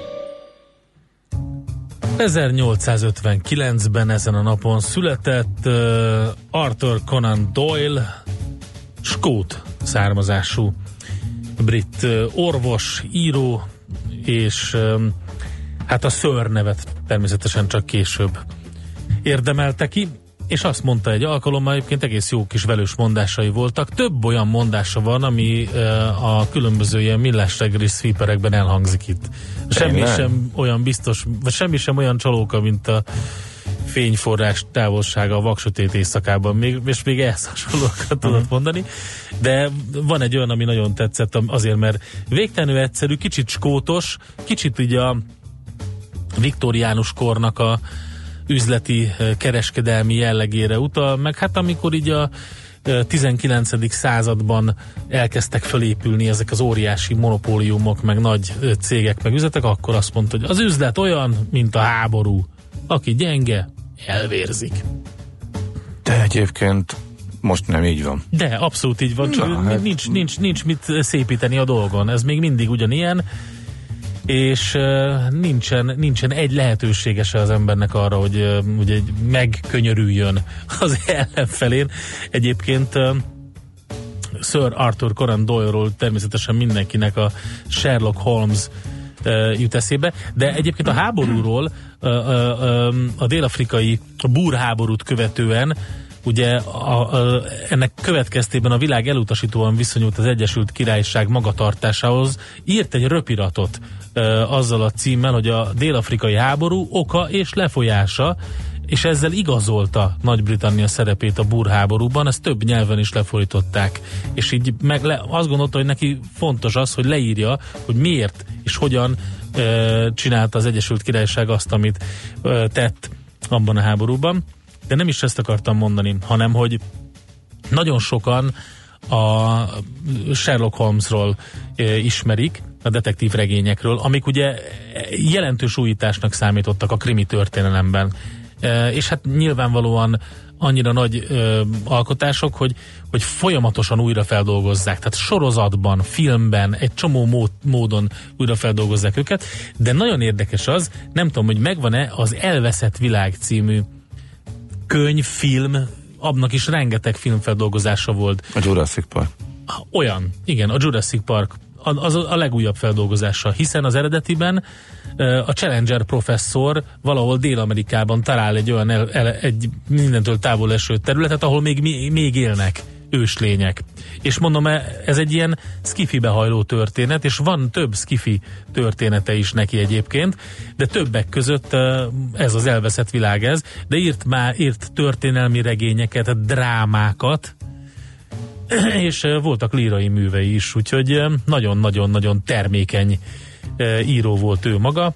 1859-ben ezen a napon született Arthur Conan Doyle, skót származású brit orvos, író, és hát a Sir nevet természetesen csak később érdemelte ki, és azt mondta egy alkalommal, egyébként egész jó kis velős mondásai voltak. Több olyan mondása van, ami a különböző ilyen millás reggeli sweeperekben elhangzik itt. Semmi sem olyan biztos, vagy semmi sem olyan csalóka, mint a fényforrás távolsága a vaksötét éjszakában, és még ehhez hasonlókat tudod mondani, de van egy olyan, ami nagyon tetszett, azért, mert végtelenül egyszerű, kicsit skótos, kicsit így a viktoriánus kornak a üzleti, kereskedelmi jellegére utal, meg hát amikor így a 19. században elkezdtek fölépülni ezek az óriási monopóliumok, meg nagy cégek, meg üzletek, akkor azt mondta, hogy az üzlet olyan, mint a háború. Aki gyenge, elvérzik. De egyébként most nem így van. De abszolút így van, csak nincs mit szépíteni a dolgon. Ez még mindig ugyanilyen, és nincsen egy lehetősége se az embernek arra, hogy ugye megkönyörüljön az ellenfelén. Egyébként Sir Arthur Conan Doyle-ról természetesen mindenkinek a Sherlock Holmes jut eszébe, de egyébként a háborúról, a dél-afrikai búrháborút követően ugye ennek következtében a világ elutasítóan viszonyult az Egyesült Királyság magatartásához, írt egy röpiratot azzal a címmel, hogy a dél-afrikai háború oka és lefolyása, és ezzel igazolta Nagy-Britannia szerepét a búrháborúban, ezt több nyelven is lefordították, és így azt gondolta, hogy neki fontos az, hogy leírja, hogy miért és hogyan csinálta az Egyesült Királyság azt, amit tett abban a háborúban. De nem is ezt akartam mondani, hanem hogy nagyon sokan a Sherlock Holmesról ismerik, a detektív regényekről, amik ugye jelentős újításnak számítottak a krimi történelemben. És hát nyilvánvalóan annyira nagy alkotások, hogy folyamatosan újra feldolgozzák. Tehát sorozatban, filmben, egy csomó módon újra feldolgozzák őket, de nagyon érdekes az, nem tudom, hogy megvan-e az Elveszett világ című könyv, film, abnak is rengeteg filmfeldolgozása volt. A Jurassic Park. Olyan, igen, a Jurassic Park az a legújabb feldolgozása, hiszen az eredetiben a Challenger professzor valahol Dél-Amerikában talál egy olyan egy mindentől távol eső területet, ahol még élnek őslények. És mondom, ez egy ilyen skifibe hajló történet, és van több skifi története is neki egyébként, de többek között ez az Elveszett világ ez, de írt történelmi regényeket, drámákat, és voltak lírai művei is, úgyhogy nagyon-nagyon-nagyon termékeny író volt ő maga,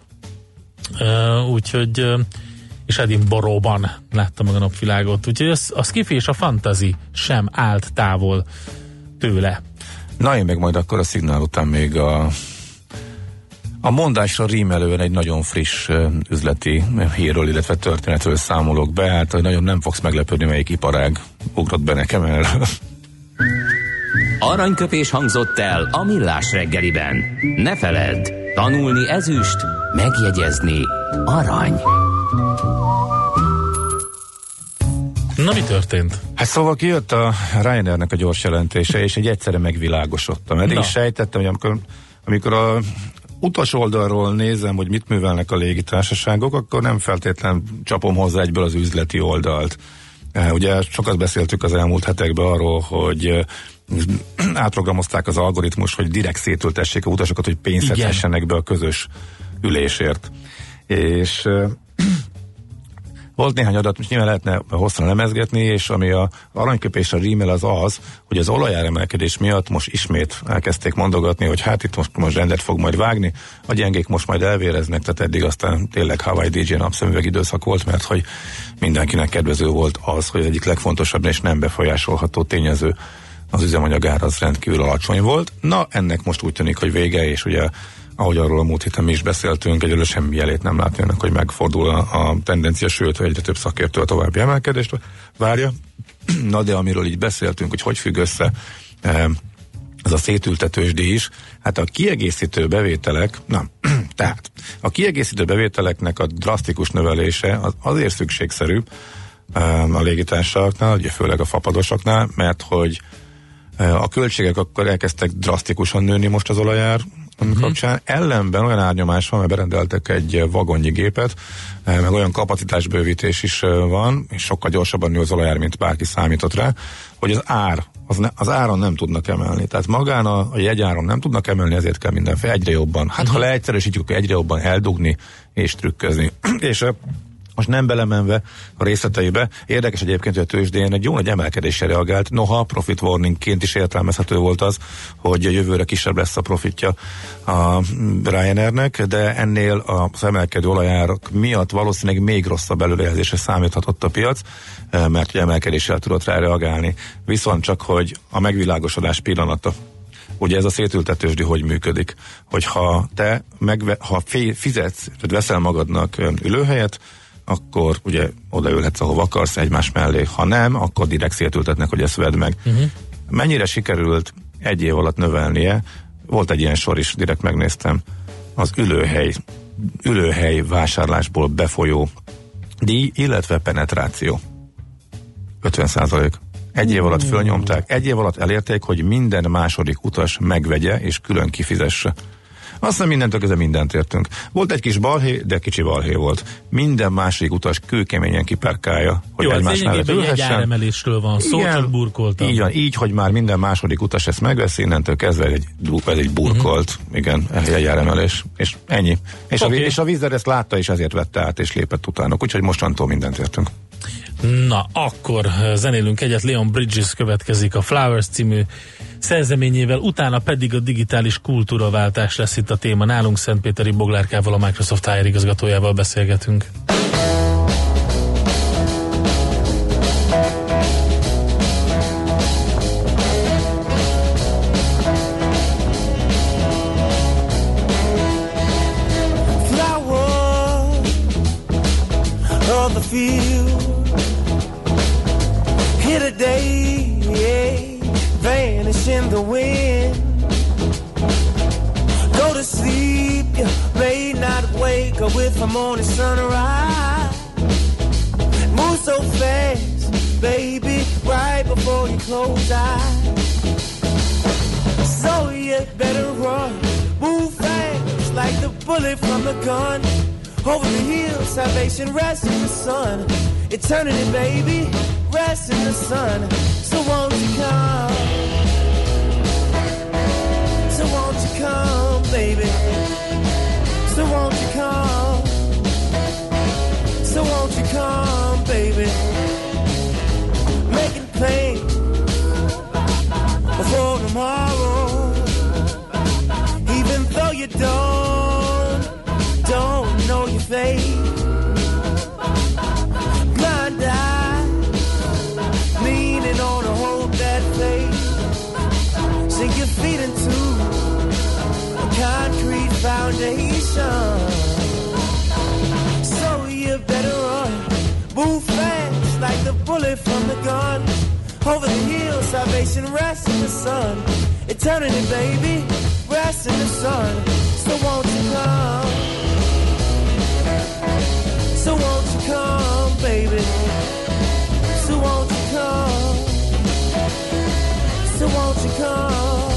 úgyhogy és Edinburghban látta meg a napvilágot, úgyhogy a sci-fi és a fantasy sem állt távol tőle. Na én meg majd akkor a szignál után még a mondásra rímelően egy nagyon friss üzleti hírről, illetve történetről számolok be, hát nagyon nem fogsz meglepődni, melyik iparág ugrott be nekem erről. Aranyköpés hangzott el a millás reggeliben. Ne feledd, tanulni ezüst, megjegyezni arany. Na, mi történt? Hát szóval kijött a Ryanairnek a gyors jelentése, és egyszerre megvilágosodtam. Eddig is sejtettem, hogy amikor a utas oldalról nézem, hogy mit művelnek a légitársaságok, akkor nem feltétlenül csapom hozzá egyből az üzleti oldalt. Ugye sokat beszéltük az elmúlt hetekben arról, hogy átprogramozták az algoritmus, hogy direkt szétültessék a utasokat, hogy pénzt szedhessenek be a közös ülésért. És Volt néhány adat, most nyilván lehetne hosszan lemezgetni, és ami a aranyköpésre rímel az, hogy az olajáremelkedés miatt most ismét elkezdték mondogatni, hogy hát itt most rendet fog majd vágni, a gyengék most majd elvéreznek, tehát eddig aztán tényleg Hawaii DJ napszemüveg időszak volt, mert hogy mindenkinek kedvező volt az, hogy egyik legfontosabb és nem befolyásolható tényező, az üzemanyagár az rendkívül alacsony volt. Na, ennek most úgy tűnik, hogy vége, és ugye ahogy arról a múlt héten mi is beszéltünk, egyelőre semmi jelét nem látni ennek, hogy megfordul a tendencia, sőt, hogy egyre több szakértő a további emelkedést várja. Na, de amiről így beszéltünk, hogy függ össze ez a szétültetős díj is, hát a kiegészítő bevételek, tehát a kiegészítő bevételeknek a drasztikus növelése az azért szükségszerű a légitársaságoknál, ugye főleg a fapadosoknál, mert hogy a költségek akkor elkezdtek drasztikusan nőni most az olajár kapcsán. Ellenben olyan árnyomás van, mert berendeltek egy vagonnyi gépet, meg olyan kapacitásbővítés is van, és sokkal gyorsabban nő az olajár, mint bárki számított rá, hogy az áron nem tudnak emelni. Tehát magán a jegyáron nem tudnak emelni, ezért kell mindenféle egyre jobban. Hát ha leegyszerűsítjük, akkor egyre jobban eldugni és trükközni. És most nem belemenve a részleteibe, érdekes egyébként, hogy a tőzsdén egy jó nagy emelkedésre reagált, noha profit warningként is értelmezhető volt az, hogy jövőre kisebb lesz a profitja a Ryanairnek, de ennél az emelkedő olajárak miatt valószínűleg még rosszabb előrejelzésre számíthatott a piac, mert ugye emelkedéssel tudott rá reagálni. Viszont csak, hogy a megvilágosodás pillanata. Ugye ez a szétültetős díj hogy működik? Hogyha te fizetsz, tehát veszel magadnak ülőhelyet, akkor ugye odaülhetsz, ahova akarsz, egymás mellé. Ha nem, akkor direkt szétültetnek, hogy ezt vedd meg. Mennyire sikerült egy év alatt növelnie? Volt egy ilyen sor is, direkt megnéztem. Az ülőhely vásárlásból befolyó díj, illetve penetráció. 50%. Egy év alatt fölnyomták. Egy év alatt elérték, hogy minden második utas megvegye és külön kifizesse. Aztán mindentől kezdve mindent értünk. Volt egy kis balhé, de kicsi balhé volt. Minden második utas kőkeményen kiperkálja, hogy jó, egymás mellett ülhessen. Egy áremelésről van szó, csak burkoltam. Így van, így, hogy már minden második utas ezt megveszi, innentől kezdve ez egy burkolt, igen, egy áremelés. És ennyi. És a Wizz ezt látta, és ezért vette át, és lépett utánok. Úgyhogy mostantól mindent értünk. Na, akkor zenélünk egyet. Leon Bridges következik a Flowers című szerzeményével, utána pedig a digitális kultúraváltás lesz itt a téma. Nálunk Szentpéteri Boglárkával, a Microsoft HR igazgatójával beszélgetünk. Flower on the field, here today, vanish in the wind. Go to sleep, you may not wake up with the morning sunrise. Move so fast, baby, right before you close eyes. So you better run, move fast like the bullet from the gun. Over the hill, salvation rests in the sun. Eternity, baby, rests in the sun. So won't you come? So won't you come, baby? So won't you come? So won't you come, baby? Making plans before tomorrow. Even though you don't know your fate. Blind eye, leaning on a hope that fate. Sink your feet into a concrete foundation. So you better run, move fast like the bullet from the gun. Over the hill, salvation rests in the sun. Eternity, baby, rests in the sun. So won't you come? So won't you come, baby? So won't you come? So won't you come?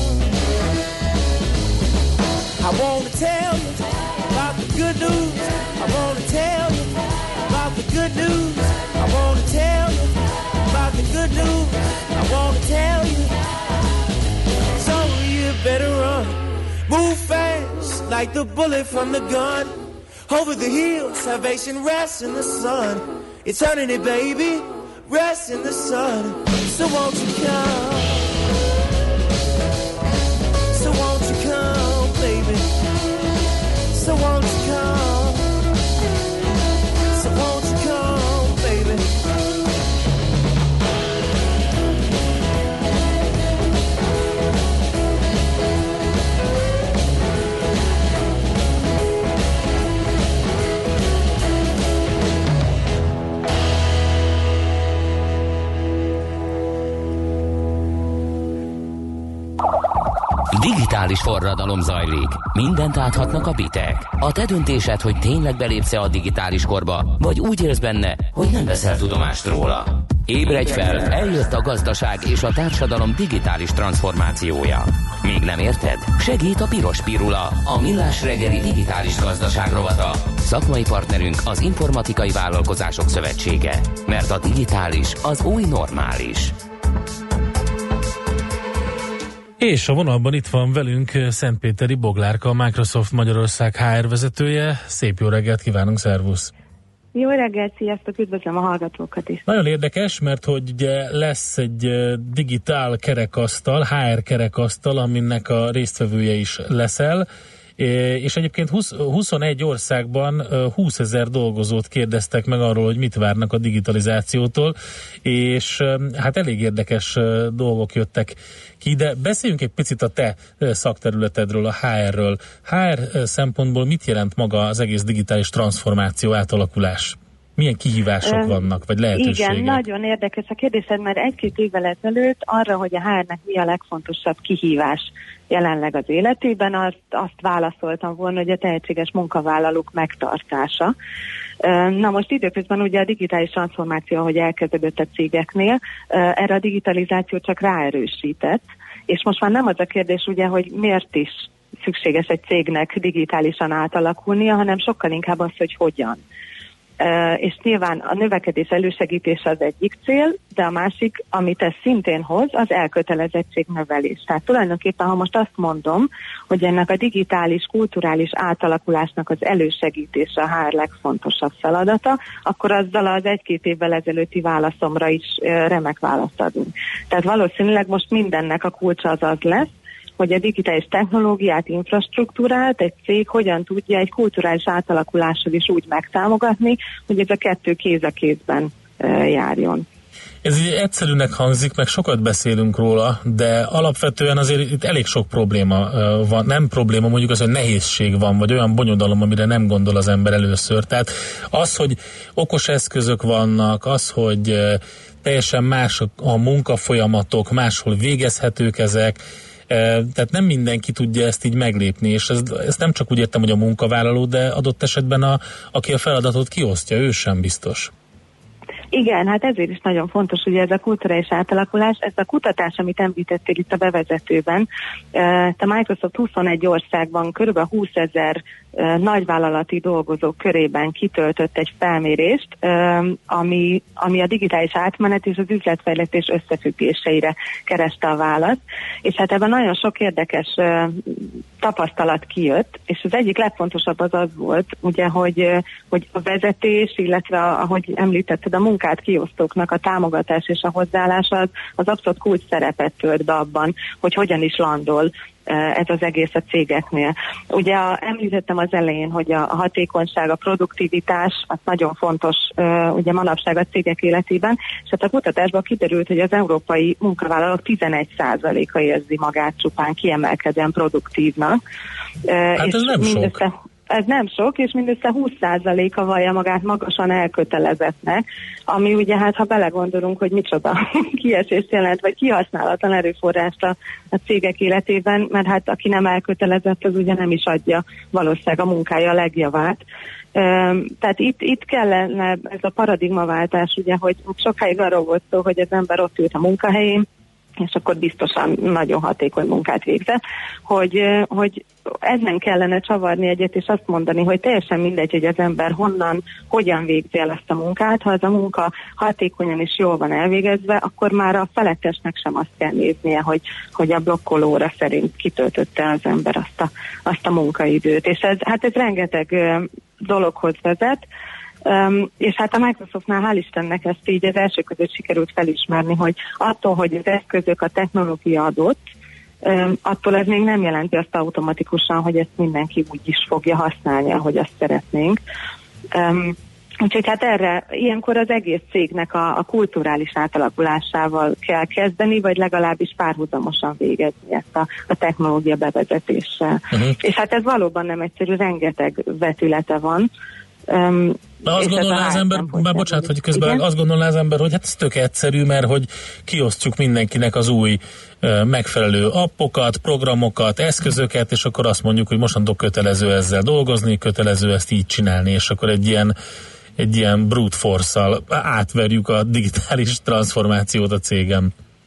I wanna tell you about the good news. I wanna tell you about the good news. I wanna tell you about the good news. I wanna tell you. So you better run, move fast like the bullet from the gun. over the hill, salvation rests in the sun. Eternity, baby, rests in the sun. So won't you come? So won't you come, baby? So won't you come? So won't you come, baby? Digitális forradalom zajlik. Mindent áthatnak a bitek. A te döntésed, hogy tényleg belépsz-e a digitális korba, vagy úgy élsz benne, hogy nem veszel tudomást róla. Ébredj fel, eljött a gazdaság és a társadalom digitális transformációja. Még nem érted? Segít a Piros Pirula, a Millás reggeli digitális gazdaság rovata. Szakmai partnerünk az Informatikai Vállalkozások Szövetsége. Mert a digitális az új normális. És a vonalban itt van velünk Szentpéteri Boglárka, a Microsoft Magyarország HR vezetője. Szép jó reggelt kívánunk, szervusz! Jó reggelt, sziasztok, üdvözlöm a hallgatókat is! Nagyon érdekes, mert hogy ugye lesz egy digitál kerekasztal, HR kerekasztal, aminek a résztvevője is leszel, és egyébként 21 országban 20 000 dolgozót kérdeztek meg arról, hogy mit várnak a digitalizációtól, és hát elég érdekes dolgok jöttek ki, de beszéljünk egy picit a te szakterületedről, a HR-ről. HR szempontból mit jelent maga az egész digitális transformáció, átalakulás? Milyen kihívások vannak, vagy lehetőségek? Igen, nagyon érdekes a kérdésed, mert 1-2 évvel ezelőtt arra, hogy a HR-nek mi a legfontosabb kihívás jelenleg az életében, azt válaszoltam volna, hogy a tehetséges munkavállalók megtartása. Na most időközben ugye a digitális transformáció, ahogy elkezdődött a cégeknél, erre a digitalizáció csak ráerősített, és most már nem az a kérdés ugye, hogy miért is szükséges egy cégnek digitálisan átalakulnia, hanem sokkal inkább az, hogy hogyan. És nyilván a növekedés elősegítése az egyik cél, de a másik, amit ez szintén hoz, az elkötelezettség növelés. Tehát tulajdonképpen, ha most azt mondom, hogy ennek a digitális, kulturális átalakulásnak az elősegítése a HR legfontosabb feladata, akkor azzal az 1-2 évvel ezelőtti válaszomra is remek választ adunk. Tehát valószínűleg most mindennek a kulcsa az lesz, hogy a digitális technológiát, infrastruktúrát egy cég hogyan tudja egy kulturális átalakulással is úgy megtámogatni, hogy ez a kettő kéz a kézben járjon. Ez így egyszerűnek hangzik, meg sokat beszélünk róla, de alapvetően azért itt elég sok probléma van. Nem probléma, mondjuk az, hogy nehézség van, vagy olyan bonyodalom, amire nem gondol az ember először. Tehát az, hogy okos eszközök vannak, az, hogy teljesen más a munkafolyamatok, máshol végezhetők ezek, tehát nem mindenki tudja ezt így meglépni, és ezt nem csak úgy értem, hogy a munkavállaló, de adott esetben aki a feladatot kiosztja, ő sem biztos. Igen, hát ezért is nagyon fontos, hogy ez a kulturális átalakulás, ez a kutatás, amit említettél itt a bevezetőben, a Microsoft 21 országban kb. 20 000 nagyvállalati dolgozók körében kitöltött egy felmérést, ami a digitális átmenet és az üzletfejlesztés összefüggéseire kereste a választ, és hát ebben nagyon sok érdekes tapasztalat kijött, és az egyik legfontosabb az volt, ugye, hogy a vezetés, illetve ahogy említetted, a munkát kiosztóknak a támogatás és a hozzáállás az abszolút kulcs szerepet tölt be abban, hogy hogyan is landol ez az egész a cégeknél. Ugye említettem az elején, hogy a hatékonyság, a produktivitás az nagyon fontos ugye manapság a cégek életében, és hát a kutatásban kiderült, hogy az európai munkavállalók 11%-a érzi magát csupán kiemelkedően produktívnak. Hát ez nem sok. Ez nem sok, és mindössze 20%-a vallja magát magasan elkötelezettnek, ami ugye hát, ha belegondolunk, hogy micsoda kiesést jelent, vagy kihasználatlan erőforrást a cégek életében, mert hát aki nem elkötelezett, az ugye nem is adja valószínűleg a munkája legjavát. Tehát itt kellene ez a paradigmaváltás, ugye, hogy sokáig arról volt szó, hogy az ember ott ült a munkahelyén, és akkor biztosan nagyon hatékony munkát végzett, hogy ezen kellene csavarni egyet, és azt mondani, hogy teljesen mindegy, hogy az ember honnan, hogyan végzi el ezt a munkát. Ha az a munka hatékonyan és jól van elvégezve, akkor már a felettesnek sem azt kell néznie, hogy a blokkolóra szerint kitöltötte az ember azt a munkaidőt. És ez rengeteg dologhoz vezet, és hát a Microsoftnál hál' Istennek ezt így az első között sikerült felismerni, hogy attól, hogy az eszközök, a technológia adott, attól ez még nem jelenti azt automatikusan, hogy ezt mindenki úgy is fogja használni, ahogy azt szeretnénk. Úgyhogy hát erre ilyenkor az egész cégnek a kulturális átalakulásával kell kezdeni, vagy legalábbis párhuzamosan végezni ezt a technológia bevezetéssel. És hát ez valóban nem egyszerű, rengeteg vetülete van. Azt gondolná az ember, bocsánat, hogy közben igen? Azt gondolná az ember, hogy hát ez tök egyszerű, mert hogy kiosztjuk mindenkinek az új megfelelő appokat, programokat, eszközöket, és akkor azt mondjuk, hogy mostantól kötelező ezzel dolgozni, kötelező ezt így csinálni, és akkor egy ilyen brute force-szal átverjük a digitális transformációt a cégem.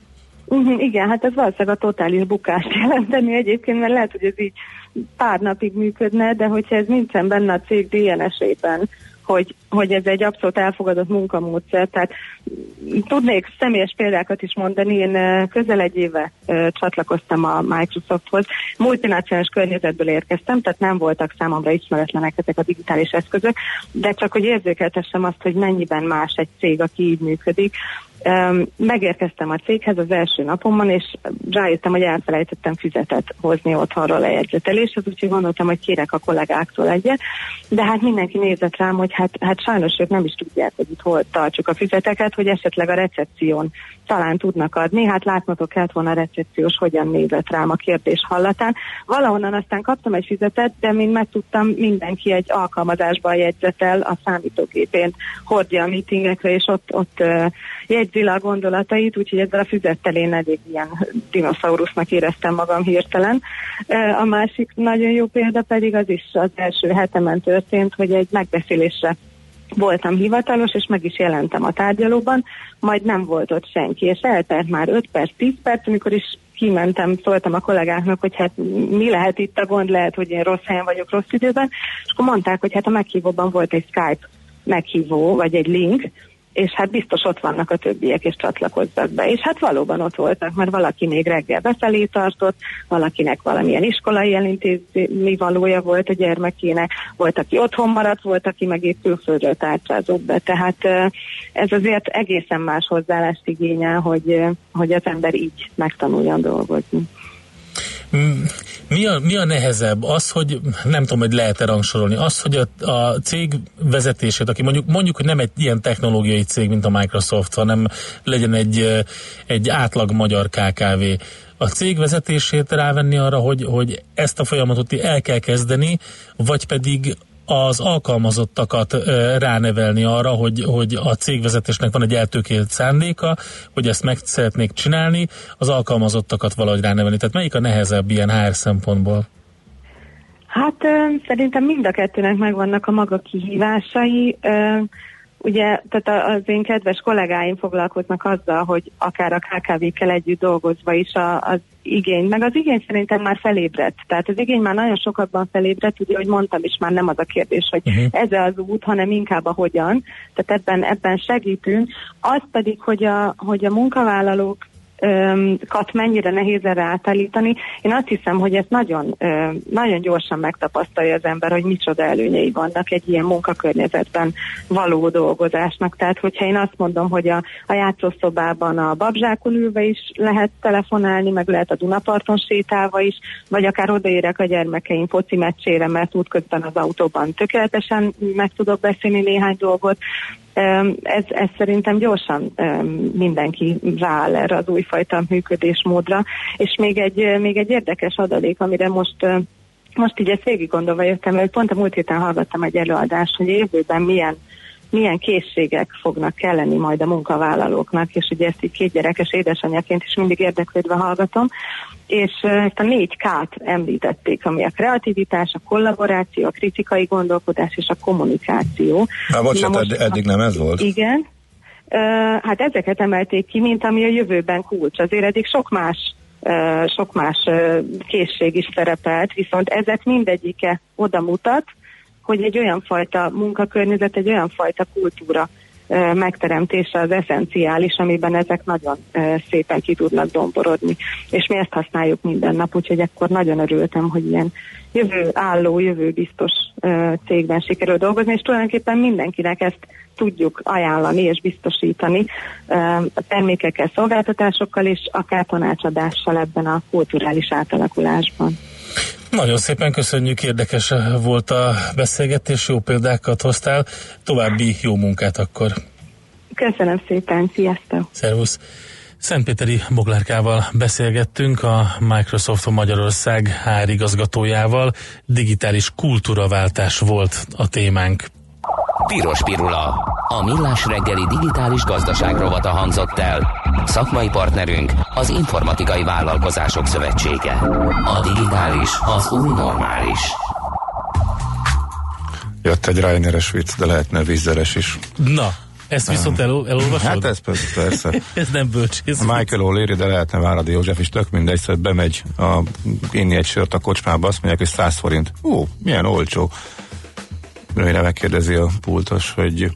Igen, hát ez valószínűleg a totális bukást jelenteni egyébként, mert lehet, hogy ez így pár napig működne, de hogyha ez nincsen benne a cég DNS-ében, hogy ez egy abszolút elfogadott munkamódszer. Tehát tudnék személyes példákat is mondani. Én közel egy éve csatlakoztam a Microsofthoz. Multinacionális környezetből érkeztem, tehát nem voltak számomra ismeretlenek ezek a digitális eszközök, de csak hogy érzékeltessem azt, hogy mennyiben más egy cég, aki így működik. Megérkeztem a céghez az első napomban, és rájöttem, hogy elfelejtettem füzetet hozni otthonról lejegyzeteléshez, úgyhogy gondoltam, hogy kérek a kollégáktól egyet, de hát mindenki nézett rám, hogy hát sajnos ők nem is tudják, hogy itt hol tartsuk a füzeteket, hogy esetleg a recepción talán tudnak adni. Hát látnotok kellett volna a recepciós, hogyan nézett rám a kérdés hallatán. Valahonnan aztán kaptam egy füzetet, de mint megtudtam, mindenki egy alkalmazásban jegyzetel a számítógépén, hordja a meetingekre, és ott jegyzi le a gondolatait, úgyhogy ezzel a füzettel én elég ilyen dinoszaurusznak éreztem magam hirtelen. A másik nagyon jó példa pedig az is az első hetemen történt, hogy egy megbeszélésre voltam hivatalos, és meg is jelentem a tárgyalóban, majd nem volt ott senki, és eltelt már 5 perc, 10 perc, amikor is kimentem, szóltam a kollégáknak, hogy hát mi lehet itt a gond, lehet, hogy én rossz helyen vagyok, rossz időben, és akkor mondták, hogy hát a meghívóban volt egy Skype meghívó, vagy egy link, és hát biztos ott vannak a többiek, és csatlakozzak be. És hát valóban ott voltak, mert valaki még reggel befelé tartott, valakinek valamilyen iskolai elintézni valója volt a gyermekének, volt, aki otthon maradt, volt, aki meg épp külföldről tárcsázott be. Tehát ez azért egészen más hozzáállást igényel, hogy az ember így megtanuljon dolgozni. Mi a nehezebb? Az, hogy nem tudom, hogy lehet-e rangsorolni, az, hogy a cég vezetését, aki mondjuk, hogy nem egy ilyen technológiai cég, mint a Microsoft, hanem legyen egy átlag magyar KKV, a cég vezetését rávenni arra, hogy ezt a folyamatot el kell kezdeni, vagy pedig az alkalmazottakat ránevelni arra, hogy a cégvezetésnek van egy eltökélt szándéka, hogy ezt meg szeretnék csinálni, az alkalmazottakat valahogy ránevelni. Tehát melyik a nehezebb ilyen HR szempontból? Hát szerintem mind a kettőnek megvannak a maga kihívásai. Ugye, tehát az én kedves kollégáim foglalkoznak azzal, hogy akár a KKV-kkel együtt dolgozva is az igény, meg az igény szerintem már felébredt. Tehát az igény már nagyon sokakban felébredt, ugye, hogy mondtam is, már nem az a kérdés, hogy ez az út, hanem inkább a hogyan. Tehát ebben segítünk. Az pedig, hogy a munkavállalók mennyire nehéz erre átállítani. Én azt hiszem, hogy ezt nagyon, nagyon gyorsan megtapasztalja az ember, hogy micsoda előnyei vannak egy ilyen munkakörnyezetben való dolgozásnak. Tehát, hogyha én azt mondom, hogy a játszószobában a babzsákon ülve is lehet telefonálni, meg lehet a Dunaparton sétálva is, vagy akár odaérek a gyermekeim foci meccsére, mert útközben az autóban tökéletesen meg tudok beszélni néhány dolgot. Ez szerintem gyorsan mindenki rááll erre az újfajta működésmódra. És még egy érdekes adalék, amire most így ezt végig gondolva jöttem, hogy pont a múlt héten hallgattam egy előadást, hogy jövőben milyen készségek fognak kelleni majd a munkavállalóknak, és ugye ezt így 2 gyerekes édesanyjaként is mindig érdeklődve hallgatom, és ezt a 4 K-t említették, ami a kreativitás, a kollaboráció, a kritikai gondolkodás és a kommunikáció. Bocsánat, eddig nem ez volt? Igen. Hát ezeket emelték ki, mint ami a jövőben kulcs. Azért eddig sok más készség is szerepelt, viszont ezek mindegyike oda mutat, hogy egy olyan fajta munkakörnyezet, egy olyan fajta kultúra megteremtése az eszenciális, amiben ezek nagyon szépen ki tudnak domborodni. És mi ezt használjuk minden nap, úgyhogy akkor nagyon örültem, hogy ilyen jövőbiztos cégben sikerül dolgozni, és tulajdonképpen mindenkinek ezt tudjuk ajánlani és biztosítani a termékekkel, szolgáltatásokkal és akár tanácsadással ebben a kulturális átalakulásban. Nagyon szépen köszönjük, érdekes volt a beszélgetés, jó példákat hoztál, további jó munkát akkor. Köszönöm szépen, sziasztok! Szervusz! Szentpéteri Boglárkával beszélgettünk, a Microsoft Magyarország HR igazgatójával, digitális kultúraváltás volt a témánk. Piros pirula. A millás reggeli digitális gazdaság rovata hangzott el. Szakmai partnerünk az Informatikai Vállalkozások Szövetsége. A digitális az új normális. Jött egy Reineres vicc, de lehetne vízzeres is. Na, ezt viszont elolvasod? Hát ez persze. Ez nem bölcsész. Michael O'Leary, de lehetne Váradi József is, tök mindegy, szóval bemegy inni egy sört a kocsmába, azt mondják, hogy 100 forint. Milyen olcsó. Mire megkérdezi a pultos, hogy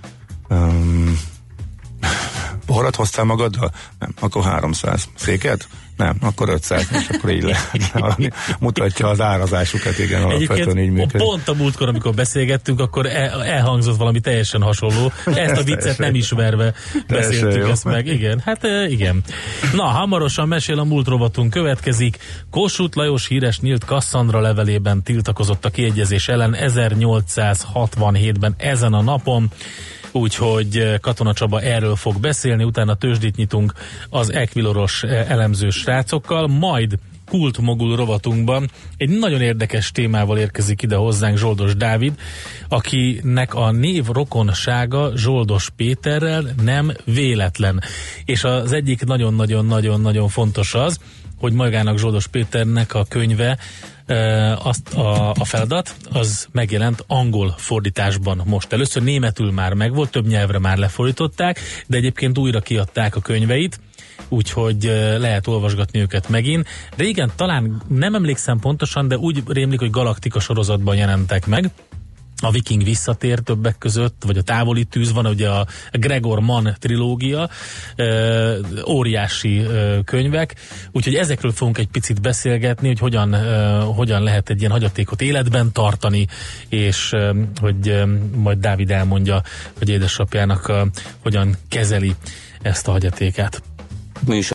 borat hoztál magaddal? Nem, akkor 300. Széket? Nem, akkor 500, és akkor így lehet. Mutatja az árazásukat, igen, alapvetően így működik. Pont a múltkor, amikor beszélgettünk, akkor elhangzott valami teljesen hasonló. Ezt a viccet nem ismerve beszéltük ezt meg. Igen, hát igen. Na, hamarosan mesél a múlt rovatunk következik. Kossuth Lajos híres nyílt Kasszandra levelében tiltakozott a kiegyezés ellen 1867-ben ezen a napon. Úgyhogy Katona Csaba erről fog beszélni, utána tőzsdét nyitunk az Equiloros elemző srácokkal, majd kultmogul rovatunkban egy nagyon érdekes témával érkezik ide hozzánk Zsoldos Dávid, akinek a név rokonsága Zsoldos Péterrel nem véletlen. És az egyik nagyon-nagyon-nagyon-nagyon fontos az, hogy magának Zsoldos Péternek a könyve, a feladat, az megjelent angol fordításban most. Először németül már megvolt, több nyelvre már lefordították, de egyébként újra kiadták a könyveit, úgyhogy lehet olvasgatni őket megint. De igen, talán nem emlékszem pontosan, de úgy rémlik, hogy Galaktika sorozatban jelentek meg. A Viking visszatér többek között, vagy a Távoli tűz van, ugye a Gregor Mann trilógia, óriási könyvek, úgyhogy ezekről fogunk egy picit beszélgetni, hogy hogyan lehet egy ilyen hagyatékot életben tartani, és hogy majd Dávid elmondja, hogy édesapjának hogyan kezeli ezt a hagyatékát.